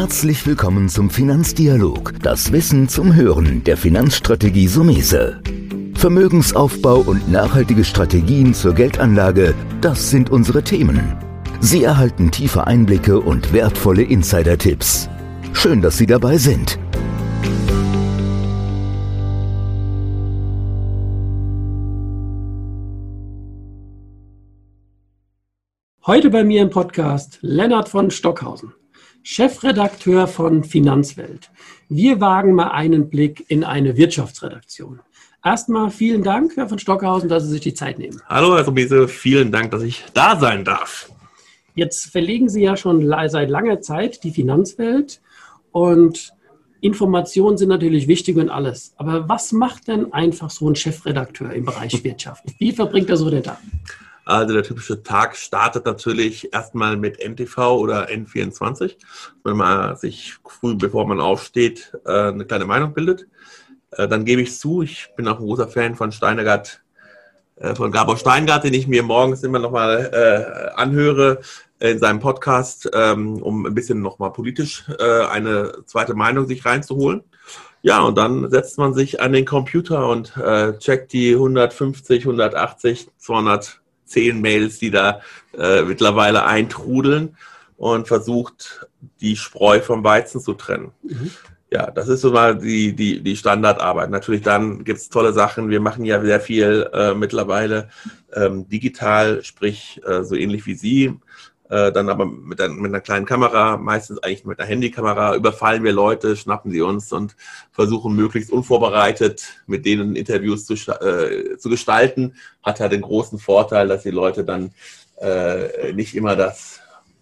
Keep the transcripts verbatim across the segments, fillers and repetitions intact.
Herzlich willkommen zum Finanzdialog, das Wissen zum Hören der Finanzstrategie Sumese. Vermögensaufbau und nachhaltige Strategien zur Geldanlage, das sind unsere Themen. Sie erhalten tiefe Einblicke und wertvolle Insider-Tipps. Schön, dass Sie dabei sind. Heute bei mir im Podcast Lennart von Stockhausen, Chefredakteur von Finanzwelt. Wir wagen mal einen Blick in eine Wirtschaftsredaktion. Erstmal vielen Dank, Herr von Stockhausen, dass Sie sich die Zeit nehmen. Hallo, Herr Sumese, vielen Dank, dass ich da sein darf. Jetzt verlegen Sie ja schon seit langer Zeit die Finanzwelt und Informationen sind natürlich wichtig und alles. Aber was macht denn einfach so ein Chefredakteur im Bereich Wirtschaft? Wie verbringt er so den Tag? Also der typische Tag startet natürlich erstmal mit N T V oder N vierundzwanzig, wenn man sich früh, bevor man aufsteht, eine kleine Meinung bildet. Dann gebe ich zu, ich bin auch ein großer Fan von Steingart, von Gabor Steingart, den ich mir morgens immer nochmal anhöre in seinem Podcast, um ein bisschen nochmal politisch eine zweite Meinung sich reinzuholen. Ja, und dann setzt man sich an den Computer und checkt die hundertfünfzig, hundertachtzig, zweihundertzehn Mails, die da äh, mittlerweile eintrudeln und versucht, die Spreu vom Weizen zu trennen. Mhm. Ja, das ist so mal die, die, die Standardarbeit. Natürlich dann gibt es tolle Sachen. Wir machen ja sehr viel äh, mittlerweile ähm, digital, sprich äh, so ähnlich wie Sie. Äh, dann aber mit, ein, mit einer kleinen Kamera, meistens eigentlich mit einer Handykamera, überfallen wir Leute, schnappen sie uns und versuchen möglichst unvorbereitet mit denen Interviews zu, äh, zu gestalten. Hat ja den großen Vorteil, dass die Leute dann äh, nicht immer das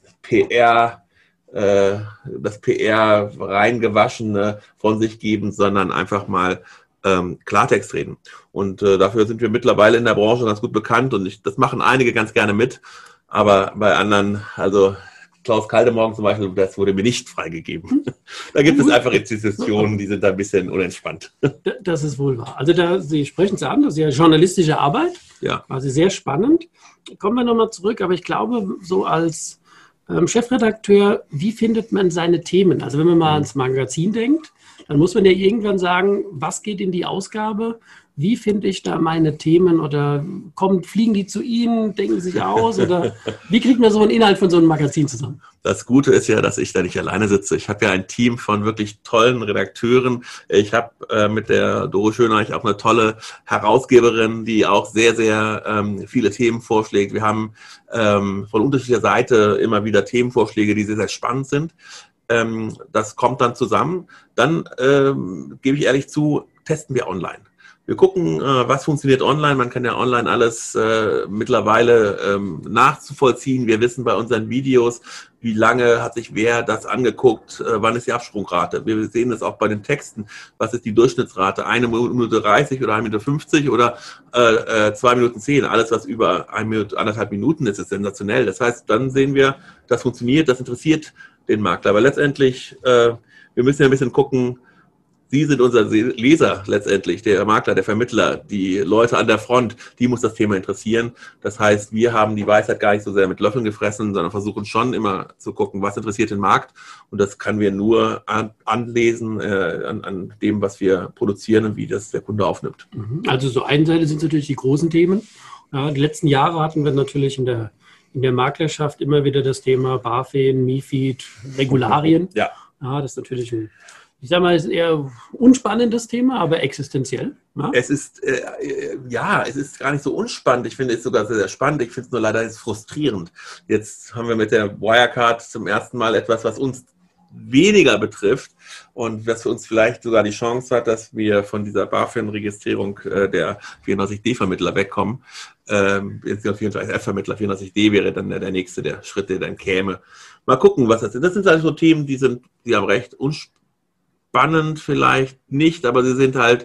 P R, äh, das P R reingewaschene von sich geben, sondern einfach mal ähm, Klartext reden. Und äh, dafür sind wir mittlerweile in der Branche ganz gut bekannt und ich, das machen einige ganz gerne mit. Aber bei anderen, also Klaus Kaldemorgen zum Beispiel, das wurde mir nicht freigegeben. Da gibt es einfach Institutionen, die sind da ein bisschen unentspannt. Das ist wohl wahr. Also da, Sie sprechen es an, das ist ja journalistische Arbeit, ja. Also sehr spannend. Kommen wir nochmal zurück, aber ich glaube, so als ähm, Chefredakteur, wie findet man seine Themen? Also wenn man mal ans Magazin denkt, dann muss man ja irgendwann sagen, was geht in die Ausgabe? Wie finde ich da meine Themen oder kommen, fliegen die zu Ihnen, denken Sie sich aus oder wie kriegt man so einen Inhalt von so einem Magazin zusammen? Das Gute ist ja, dass ich da nicht alleine sitze. Ich habe ja ein Team von wirklich tollen Redakteuren. Ich habe äh, mit der Doro Schöneich auch eine tolle Herausgeberin, die auch sehr, sehr ähm, viele Themen vorschlägt. Wir haben ähm, von unterschiedlicher Seite immer wieder Themenvorschläge, die sehr, sehr spannend sind. Ähm, das kommt dann zusammen. Dann ähm, gebe ich ehrlich zu, testen wir online. Wir gucken, was funktioniert online. Man kann ja online alles äh, mittlerweile ähm, nachzuvollziehen. Wir wissen bei unseren Videos, wie lange hat sich wer das angeguckt, äh, wann ist die Absprungrate. Wir sehen das auch bei den Texten. Was ist die Durchschnittsrate? Eine Minute dreißig oder eine Minute fünfzig oder äh, äh, zwei Minuten zehn. Alles, was über eine Minute, anderthalb Minuten ist, ist sensationell. Das heißt, dann sehen wir, das funktioniert, das interessiert den Makler. Aber letztendlich, äh, wir müssen ja ein bisschen gucken, Sie sind unser Leser letztendlich, der Makler, der Vermittler, die Leute an der Front, die muss das Thema interessieren. Das heißt, wir haben die Weisheit gar nicht so sehr mit Löffeln gefressen, sondern versuchen schon immer zu gucken, was interessiert den Markt. Und das können wir nur an, anlesen äh, an, an dem, was wir produzieren und wie das der Kunde aufnimmt. Also so eine Seite sind natürlich die großen Themen. Ja, die letzten Jahre hatten wir natürlich in der, in der Maklerschaft immer wieder das Thema BaFin, MiFID, Regularien. Ja. Ja, das ist natürlich ein Ich sage mal, es ist ein eher unspannendes Thema, aber existenziell. Ja? Es ist, äh, ja, es ist gar nicht so unspannend. Ich finde es sogar sehr, sehr spannend. Ich finde es nur leider jetzt frustrierend. Jetzt haben wir mit der Wirecard zum ersten Mal etwas, was uns weniger betrifft und was für uns vielleicht sogar die Chance hat, dass wir von dieser BaFin-Registrierung äh, der vierunddreißig D-Vermittler wegkommen. Ähm, insgesamt vierunddreißig F-Vermittler, vierunddreißig D wäre dann der, der nächste der Schritt, der dann käme. Mal gucken, was das ist. Das sind also so Themen, die sind, die haben recht, unspannend. Spannend vielleicht nicht, aber sie sind halt,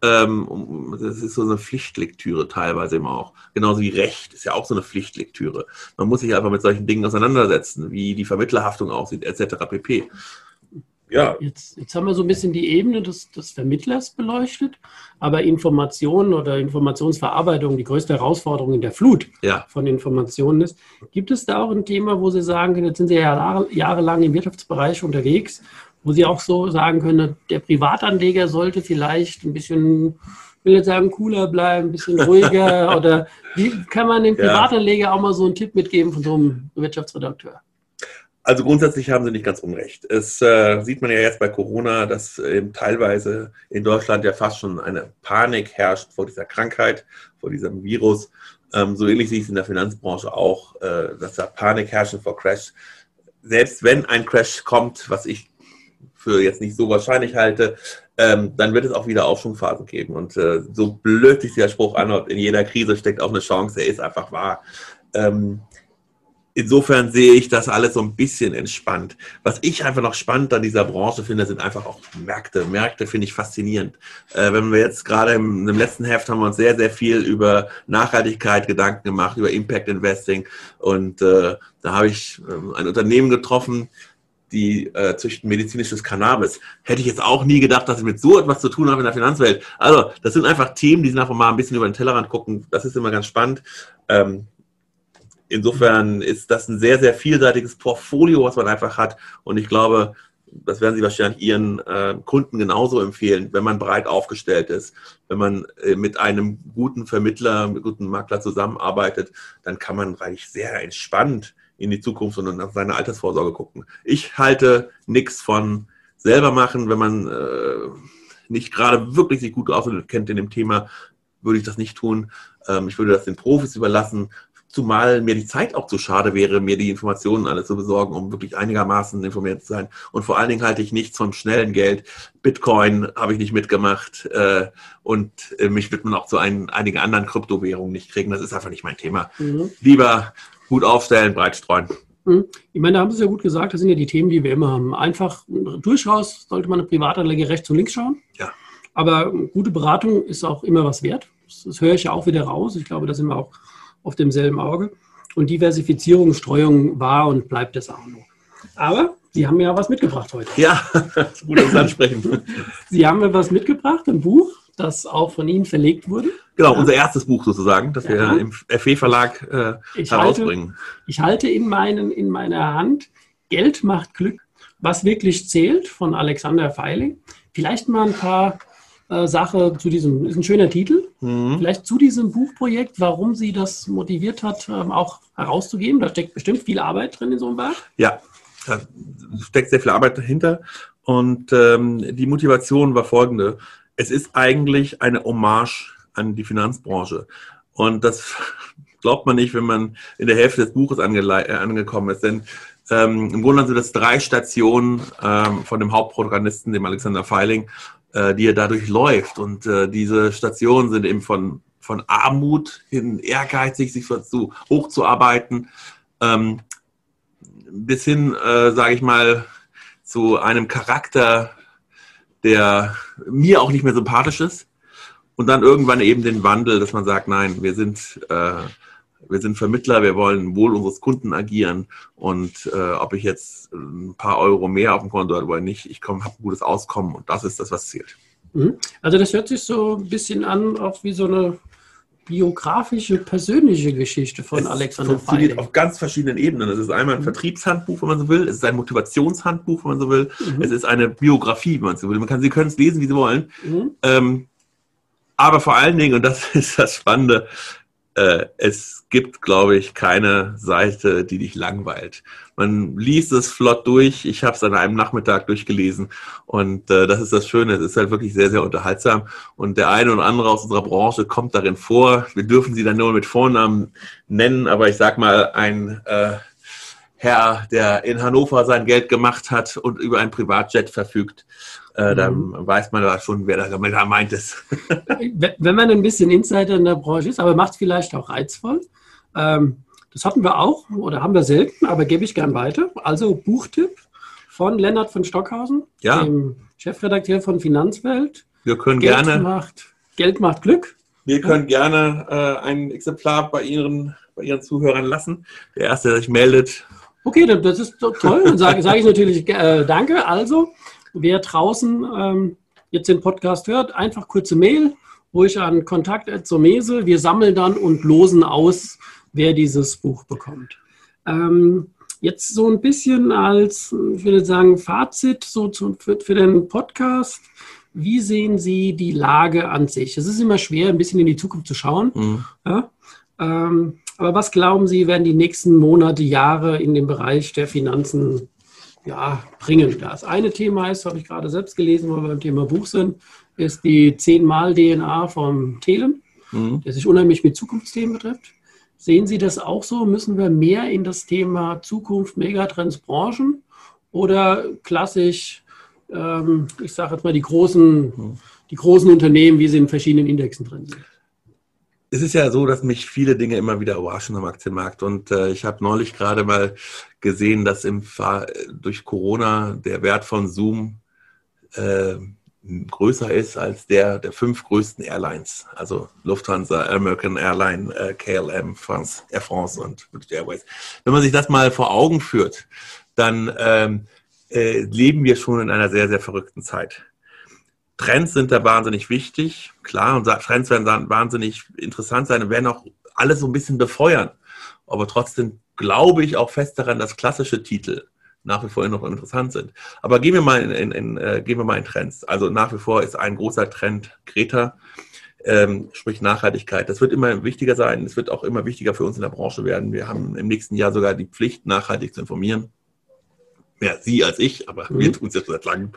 ähm, das ist so eine Pflichtlektüre teilweise immer auch. Genauso wie Recht ist ja auch so eine Pflichtlektüre. Man muss sich einfach mit solchen Dingen auseinandersetzen, wie die Vermittlerhaftung aussieht, et cetera pp. Ja. Jetzt, jetzt haben wir so ein bisschen die Ebene des, des Vermittlers beleuchtet, aber Informationen oder Informationsverarbeitung die größte Herausforderung in der Flut ja. von Informationen ist. Gibt es da auch ein Thema, wo Sie sagen können, jetzt sind Sie ja Jahre, jahrelang im Wirtschaftsbereich unterwegs, wo Sie auch so sagen können, der Privatanleger sollte vielleicht ein bisschen, ich will jetzt sagen, cooler bleiben, ein bisschen ruhiger oder wie kann man dem Privatanleger ja. auch mal so einen Tipp mitgeben von so einem Wirtschaftsredakteur? Also grundsätzlich haben Sie nicht ganz unrecht. Es äh, sieht man ja jetzt bei Corona, dass eben teilweise in Deutschland ja fast schon eine Panik herrscht vor dieser Krankheit, vor diesem Virus. Ähm, so ähnlich sehe ich es in der Finanzbranche auch, äh, dass da Panik herrscht vor Crash. Selbst wenn ein Crash kommt, was ich für jetzt nicht so wahrscheinlich halte, ähm, dann wird es auch wieder Aufschwungphasen geben. Und äh, so blöd sich der Spruch anhört, in jeder Krise steckt auch eine Chance, er ist einfach wahr. Ähm, Insofern sehe ich das alles so ein bisschen entspannt. Was ich einfach noch spannend an dieser Branche finde, sind einfach auch Märkte. Märkte finde ich faszinierend. Äh, wenn wir jetzt gerade im, im letzten Heft haben wir uns sehr, sehr viel über Nachhaltigkeit Gedanken gemacht, über Impact Investing. Und äh, da habe ich äh, ein Unternehmen getroffen, die äh, züchten medizinisches Cannabis. Hätte ich jetzt auch nie gedacht, dass ich mit so etwas zu tun habe in der Finanzwelt. Also das sind einfach Themen, die sind einfach mal ein bisschen über den Tellerrand gucken. Das ist immer ganz spannend. Ähm, Insofern ist das ein sehr, sehr vielseitiges Portfolio, was man einfach hat. Und ich glaube, das werden Sie wahrscheinlich Ihren äh, Kunden genauso empfehlen, wenn man breit aufgestellt ist. Wenn man äh, mit einem guten Vermittler, mit guten Makler zusammenarbeitet, dann kann man eigentlich sehr entspannt in die Zukunft und nach seiner Altersvorsorge gucken. Ich halte nichts von selber machen. Wenn man äh, nicht gerade wirklich sich gut auskennt in dem Thema, würde ich das nicht tun. Ähm, ich würde das den Profis überlassen. Zumal mir die Zeit auch zu schade wäre, mir die Informationen alle zu besorgen, um wirklich einigermaßen informiert zu sein. Und vor allen Dingen halte ich nichts vom schnellen Geld. Bitcoin habe ich nicht mitgemacht äh, und äh, mich wird man auch zu ein, einigen anderen Kryptowährungen nicht kriegen. Das ist einfach nicht mein Thema. Mhm. Lieber gut aufstellen, breit streuen. Mhm. Ich meine, da haben Sie es ja gut gesagt, das sind ja die Themen, die wir immer haben. Einfach durchaus sollte man eine Privatanlage rechts und links schauen. Ja. Aber gute Beratung ist auch immer was wert. Das, das höre ich ja auch wieder raus. Ich glaube, da sind wir auch auf demselben Auge. Und Diversifizierung, Streuung war und bleibt das auch noch. Aber Sie haben ja was mitgebracht heute. Ja, gut, dass Sie ansprechen. Sie haben mir was mitgebracht, ein Buch, das auch von Ihnen verlegt wurde. Genau, ja. Unser erstes Buch sozusagen, das ja. wir im F E-Verlag äh, ich herausbringen. Halte, ich halte in, meinen, in meiner Hand Geld macht Glück, was wirklich zählt, von Alexander Feiling. Vielleicht mal ein paar Äh, Sache zu diesem, ist ein schöner Titel, mhm. vielleicht zu diesem Buchprojekt, warum Sie das motiviert hat, ähm, auch herauszugeben. Da steckt bestimmt viel Arbeit drin in so einem Werk. Ja, da steckt sehr viel Arbeit dahinter und ähm, die Motivation war folgende. Es ist eigentlich eine Hommage an die Finanzbranche und das glaubt man nicht, wenn man in der Hälfte des Buches angele- äh, angekommen ist, denn ähm, im Grunde sind das drei Stationen ähm, von dem Hauptprotagonisten, dem Alexander Feiling, die er dadurch läuft. Und äh, diese Stationen sind eben von, von Armut hin ehrgeizig, sich zu, hochzuarbeiten, ähm, bis hin, äh, sage ich mal, zu einem Charakter, der mir auch nicht mehr sympathisch ist. Und dann irgendwann eben den Wandel, dass man sagt, nein, wir sind, äh, wir sind Vermittler, wir wollen wohl unseres Kunden agieren. Und äh, ob ich jetzt ein paar Euro mehr auf dem Konto habe oder nicht, ich habe ein gutes Auskommen und das ist das, was zählt. Also das hört sich so ein bisschen an, auch wie so eine biografische, persönliche Geschichte von es Alexander Feiling. Es funktioniert auf ganz verschiedenen Ebenen. Es ist einmal ein mhm. Vertriebshandbuch, wenn man so will. Es ist ein Motivationshandbuch, wenn man so will. Mhm. Es ist eine Biografie, wenn man so will. Man kann, Sie können es lesen, wie Sie wollen. Mhm. Ähm, aber vor allen Dingen, und das ist das Spannende, äh, es gibt, glaube ich, keine Seite, die dich langweilt. Man liest es flott durch. Ich habe es an einem Nachmittag durchgelesen und äh, das ist das Schöne. Es ist halt wirklich sehr, sehr unterhaltsam und der eine oder andere aus unserer Branche kommt darin vor. Wir dürfen sie dann nur mit Vornamen nennen, aber ich sag mal, ein äh, Herr, der in Hannover sein Geld gemacht hat und über ein Privatjet verfügt, äh, mhm. dann weiß man da schon, wer da gemeint ist. Wenn man ein bisschen Insider in der Branche ist, aber macht es vielleicht auch reizvoll. Ähm, Das hatten wir auch oder haben wir selten, aber gebe ich gern weiter. Also Buchtipp von Lennart von Stockhausen, ja. dem Chefredakteur von Finanzwelt. Wir können Geld gerne. Macht, Geld macht Glück. Wir können ja. gerne äh, ein Exemplar bei Ihren, bei Ihren Zuhörern lassen. Der Erste, der sich meldet. Okay, das ist toll. Dann sage, sage ich natürlich äh, danke. Also wer draußen ähm, jetzt den Podcast hört, einfach kurze Mail, ruhig an kontakt at somese. Wir sammeln dann und losen aus, wer dieses Buch bekommt. Ähm, jetzt so ein bisschen als, ich würde sagen, Fazit so zu, für, für den Podcast. Wie sehen Sie die Lage an sich? Es ist immer schwer, ein bisschen in die Zukunft zu schauen. Mhm. Ja? Ähm, aber was glauben Sie, werden die nächsten Monate, Jahre in dem Bereich der Finanzen ja, bringen? Das eine Thema ist, habe ich gerade selbst gelesen, weil wir beim Thema Buch sind, ist die zehnmal D N A vom Telem, mhm. der sich unheimlich mit Zukunftsthemen betrifft. Sehen Sie das auch so? Müssen wir mehr in das Thema Zukunft, Megatrends, Branchen oder klassisch, ähm, ich sage jetzt mal, die großen, die großen Unternehmen, wie sie in verschiedenen Indexen drin sind? Es ist ja so, dass mich viele Dinge immer wieder überraschen am Aktienmarkt. Und äh, ich habe neulich gerade mal gesehen, dass im Fahr durch Corona der Wert von Zoom äh, größer ist als der der fünf größten Airlines. Also Lufthansa, American Airlines, äh, K L M, France, Air France und British Airways. Wenn man sich das mal vor Augen führt, dann ähm, äh, leben wir schon in einer sehr, sehr verrückten Zeit. Trends sind da wahnsinnig wichtig, klar, und Trends werden dann wahnsinnig interessant sein und werden auch alles so ein bisschen befeuern. Aber trotzdem glaube ich auch fest daran, dass klassische Titel nach wie vor noch interessant sind. Aber gehen wir mal in, in, in, äh, gehen wir mal in Trends. Also nach wie vor ist ein großer Trend Greta, ähm, sprich Nachhaltigkeit. Das wird immer wichtiger sein. Es wird auch immer wichtiger für uns in der Branche werden. Wir haben im nächsten Jahr sogar die Pflicht, nachhaltig zu informieren. Mehr Sie als ich, aber mhm. wir tun es jetzt seit langem.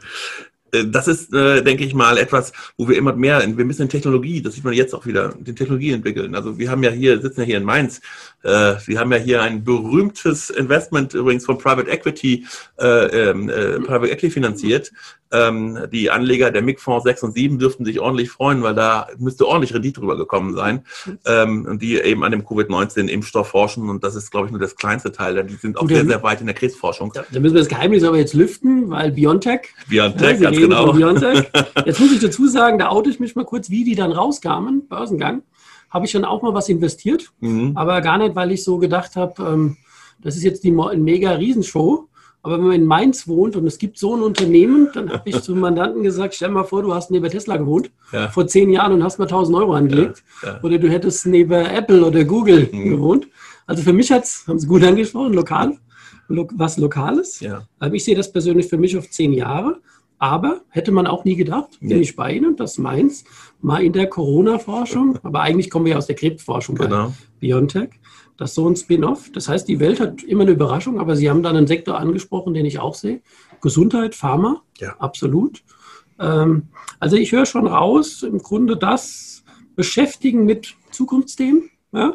Das ist, äh, denke ich mal, etwas, wo wir immer mehr, wir müssen in Technologie, das sieht man jetzt auch wieder, in Technologie entwickeln. Also wir haben ja hier, sitzen ja hier in Mainz, äh, wir haben ja hier ein berühmtes Investment übrigens von Private Equity, äh, äh, Private Equity finanziert. Ähm, die Anleger der M I G-Fonds sechs und sieben dürften sich ordentlich freuen, weil da müsste ordentlich Rendite drüber gekommen sein. Ähm, und die eben an dem Covid neunzehn Impfstoff forschen. Und das ist, glaube ich, nur das kleinste Teil, denn die sind auch Gut, sehr, sehr weit in der Krebsforschung. Da, da müssen wir das Geheimnis aber jetzt lüften, weil BioNTech. BioNTech, ja, ganz genau. BioNTech. Jetzt muss ich dazu sagen, da oute ich mich mal kurz, wie die dann rauskamen, Börsengang. Habe ich dann auch mal was investiert, mhm. aber gar nicht, weil ich so gedacht habe, ähm, das ist jetzt die mega Riesenshow. Aber wenn man in Mainz wohnt und es gibt so ein Unternehmen, dann habe ich zum Mandanten gesagt, stell mal vor, du hast neben Tesla gewohnt, ja. vor zehn Jahren und hast mal tausend Euro angelegt. Ja, ja. Oder du hättest neben Apple oder Google mhm. gewohnt. Also für mich hat's, haben Sie gut angesprochen, lokal, lo, was Lokales. Ja. Ich sehe das persönlich für mich auf zehn Jahre. Aber hätte man auch nie gedacht, bin nee. ich bei Ihnen, dass Mainz mal in der Corona-Forschung, aber eigentlich kommen wir ja aus der Krebsforschung genau. bei BioNTech, das ist so ein Spin-off. Das heißt, die Welt hat immer eine Überraschung, aber Sie haben dann einen Sektor angesprochen, den ich auch sehe. Gesundheit, Pharma, ja. absolut. Ähm, also ich höre schon raus, im Grunde das Beschäftigen mit Zukunftsthemen. Ja?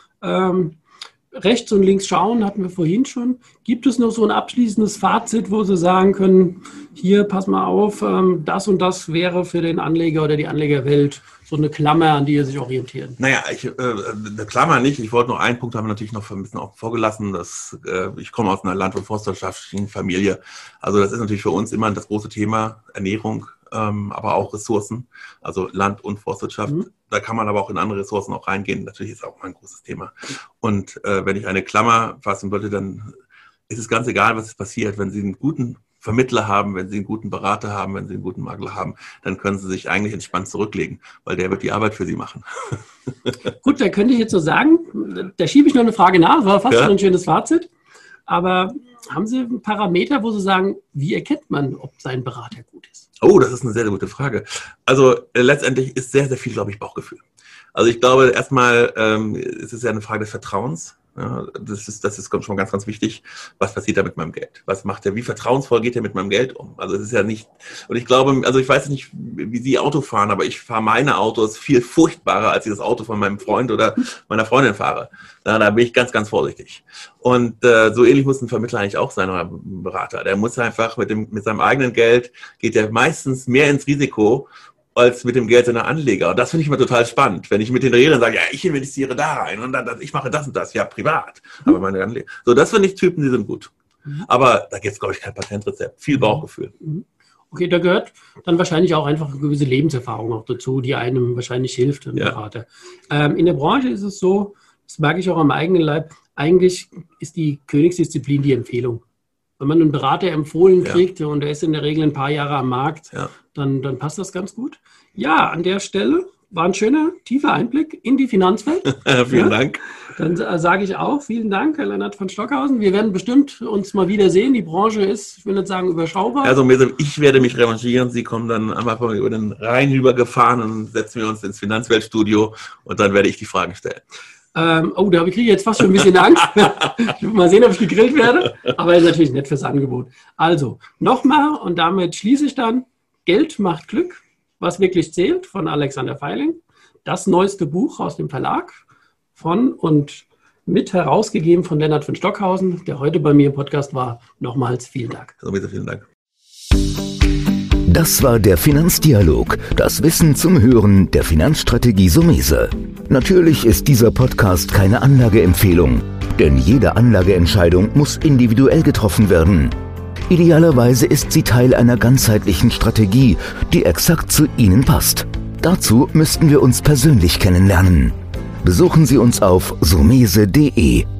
Ähm, rechts und links schauen, hatten wir vorhin schon. Gibt es noch so ein abschließendes Fazit, wo Sie sagen können, hier, pass mal auf, ähm, das und das wäre für den Anleger oder die Anlegerwelt so eine Klammer, an die er sich orientieren? Naja, ich, äh, eine Klammer nicht. Ich wollte noch einen Punkt, haben wir natürlich noch ein bisschen auch vorgelassen. Dass, äh, ich komme aus einer land- und forstwirtschaftlichen Familie. Also das ist natürlich für uns immer das große Thema Ernährung, ähm, aber auch Ressourcen, also Land- und Forstwirtschaft. Mhm. Da kann man aber auch in andere Ressourcen auch reingehen. Natürlich ist auch mal ein großes Thema. Und äh, wenn ich eine Klammer fassen wollte, dann ist es ganz egal, was passiert. Wenn Sie einen guten Vermittler haben, wenn Sie einen guten Berater haben, wenn Sie einen guten Makler haben, dann können Sie sich eigentlich entspannt zurücklegen, weil der wird die Arbeit für Sie machen. Gut, da könnte ich jetzt so sagen, da schiebe ich noch eine Frage nach, war fast ja. schon ein schönes Fazit. Aber haben Sie einen Parameter, wo Sie sagen, wie erkennt man, ob sein Berater gut ist? Oh, das ist eine sehr, sehr gute Frage. Also äh, letztendlich ist sehr, sehr viel, glaube ich, Bauchgefühl. Also ich glaube, erstmal ähm, es ist ja eine Frage des Vertrauens. Ja, das ist, das ist schon ganz, ganz wichtig. Was passiert da mit meinem Geld? Was macht er? Wie vertrauensvoll geht er mit meinem Geld um? Also es ist ja nicht, und ich glaube, also ich weiß nicht, wie Sie Auto fahren, aber ich fahre meine Autos viel furchtbarer, als ich das Auto von meinem Freund oder meiner Freundin fahre. Ja, da bin ich ganz, ganz vorsichtig. Und äh, so ähnlich muss ein Vermittler eigentlich auch sein oder ein Berater. Der muss einfach mit dem, mit seinem eigenen Geld, geht er meistens mehr ins Risiko als mit dem Geld seiner Anleger. Und das finde ich immer total spannend. Wenn ich mit denen rede und sage, ja, ich investiere da rein und dann, ich mache das und das, ja, privat. Aber meine Anleger. So, das finde ich Typen, die sind gut. Aber da gibt es, glaube ich, kein Patentrezept. Viel Bauchgefühl. Okay, da gehört dann wahrscheinlich auch einfach eine gewisse Lebenserfahrung auch dazu, die einem wahrscheinlich hilft, ein ja. Berater. Ähm, in der Branche ist es so, das merke ich auch am eigenen Leib, eigentlich ist die Königsdisziplin die Empfehlung. wenn man einen Berater empfohlen Ja. kriegt und der ist in der Regel ein paar Jahre am Markt, Ja. dann, dann passt das ganz gut. Ja, an der Stelle war ein schöner, tiefer Einblick in die Finanzwelt. Vielen Ja. Dank. Dann äh, sage ich auch vielen Dank, Herr Lennart von Stockhausen. Wir werden bestimmt uns mal wieder sehen. Die Branche ist, ich will nicht sagen überschaubar. Also ich werde mich revanchieren. Sie kommen dann einmal über den Rhein rüber gefahren und setzen wir uns ins Finanzweltstudio und dann werde ich die Fragen stellen. Ähm, oh, da kriege ich jetzt fast schon ein bisschen Angst. Ich will mal sehen, ob ich gegrillt werde. Aber ist natürlich nett fürs Angebot. Also, nochmal und damit schließe ich dann Geld macht Glück, was wirklich zählt, von Alexander Feiling. Das neueste Buch aus dem Verlag von und mit herausgegeben von Lennart von Stockhausen, der heute bei mir im Podcast war. Nochmals vielen Dank. Also bitte vielen Dank. Das war der Finanzdialog, das Wissen zum Hören der Finanzstrategie Sumese. Natürlich ist dieser Podcast keine Anlageempfehlung, denn jede Anlageentscheidung muss individuell getroffen werden. Idealerweise ist sie Teil einer ganzheitlichen Strategie, die exakt zu Ihnen passt. Dazu müssten wir uns persönlich kennenlernen. Besuchen Sie uns auf sumese punkt de.